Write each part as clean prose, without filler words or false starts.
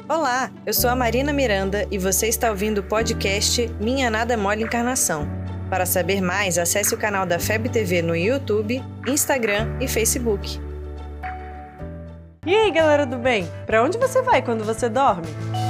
Olá, eu sou a Marina Miranda e você está ouvindo o podcast Minha Nada Mole Encarnação. Para saber mais, acesse o canal da FEB TV no YouTube, Instagram e Facebook. E aí, galera do bem? Para onde você vai quando você dorme?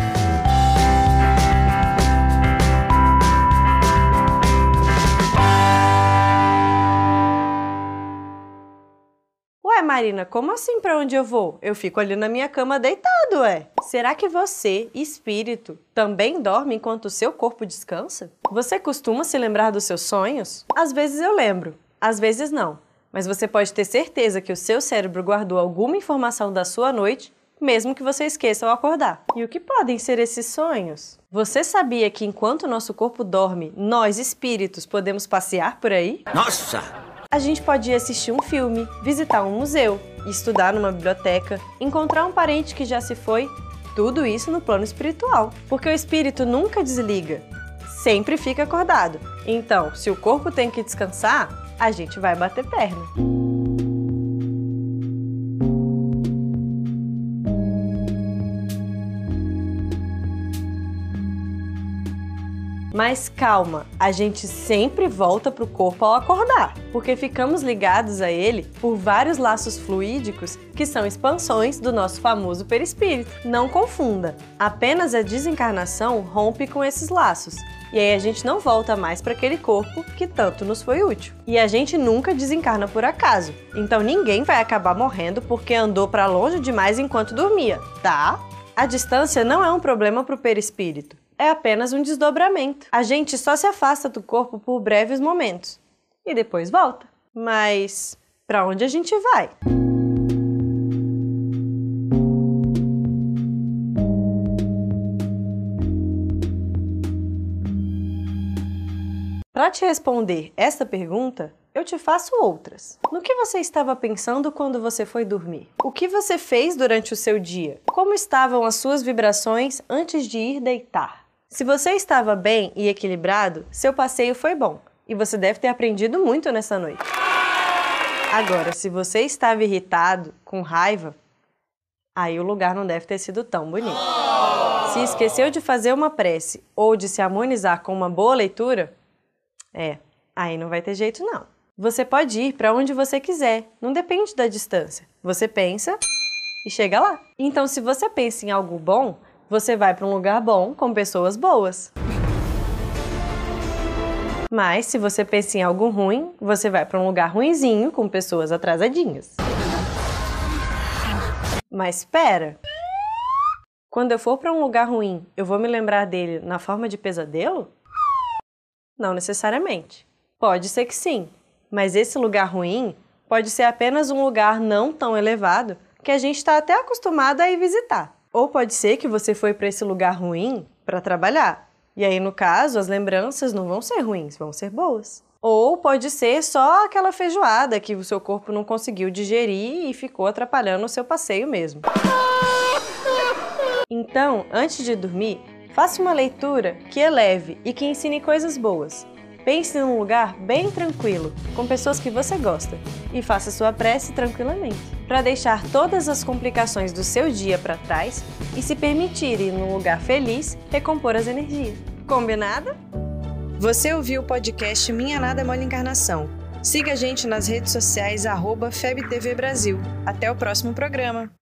Ué, Marina, como assim para onde eu vou? Eu fico ali na minha cama deitado, ué. Será que você, espírito, também dorme enquanto o seu corpo descansa? Você costuma se lembrar dos seus sonhos? Às vezes eu lembro, às vezes não. Mas você pode ter certeza que o seu cérebro guardou alguma informação da sua noite, mesmo que você esqueça ao acordar. E o que podem ser esses sonhos? Você sabia que enquanto o nosso corpo dorme, nós, espíritos, podemos passear por aí? Nossa! A gente pode ir assistir um filme, visitar um museu, estudar numa biblioteca, encontrar um parente que já se foi, tudo isso no plano espiritual. Porque o espírito nunca desliga, sempre fica acordado. Então, se o corpo tem que descansar, a gente vai bater perna. Mas calma, a gente sempre volta para o corpo ao acordar, porque ficamos ligados a ele por vários laços fluídicos que são expansões do nosso famoso perispírito. Não confunda, apenas a desencarnação rompe com esses laços, e aí a gente não volta mais para aquele corpo que tanto nos foi útil. E a gente nunca desencarna por acaso, então ninguém vai acabar morrendo porque andou para longe demais enquanto dormia, tá? A distância não é um problema para o perispírito. É apenas um desdobramento. A gente só se afasta do corpo por breves momentos e depois volta. Mas para onde a gente vai? Para te responder esta pergunta, eu te faço outras. No que você estava pensando quando você foi dormir? O que você fez durante o seu dia? Como estavam as suas vibrações antes de ir deitar? Se você estava bem e equilibrado, seu passeio foi bom e você deve ter aprendido muito nessa noite. Agora, se você estava irritado, com raiva, aí o lugar não deve ter sido tão bonito. Se esqueceu de fazer uma prece ou de se harmonizar com uma boa leitura, aí não vai ter jeito não. Você pode ir para onde você quiser, não depende da distância. Você pensa e chega lá. Então, se você pensa em algo bom, você vai para um lugar bom com pessoas boas. Mas, se você pensa em algo ruim, você vai para um lugar ruinzinho com pessoas atrasadinhas. Mas espera! Quando eu for para um lugar ruim, eu vou me lembrar dele na forma de pesadelo? Não necessariamente. Pode ser que sim, mas esse lugar ruim pode ser apenas um lugar não tão elevado que a gente está até acostumado a ir visitar. Ou pode ser que você foi para esse lugar ruim para trabalhar. E aí, no caso, as lembranças não vão ser ruins, vão ser boas. Ou pode ser só aquela feijoada que o seu corpo não conseguiu digerir e ficou atrapalhando o seu passeio mesmo. Então, antes de dormir, faça uma leitura que eleve e que ensine coisas boas. Pense num lugar bem tranquilo, com pessoas que você gosta, e faça sua prece tranquilamente, para deixar todas as complicações do seu dia para trás e se permitir ir num lugar feliz recompor as energias. Combinado? Você ouviu o podcast Minha Nada Mole Encarnação. Siga a gente nas redes sociais @FebTV Brasil. Até o próximo programa.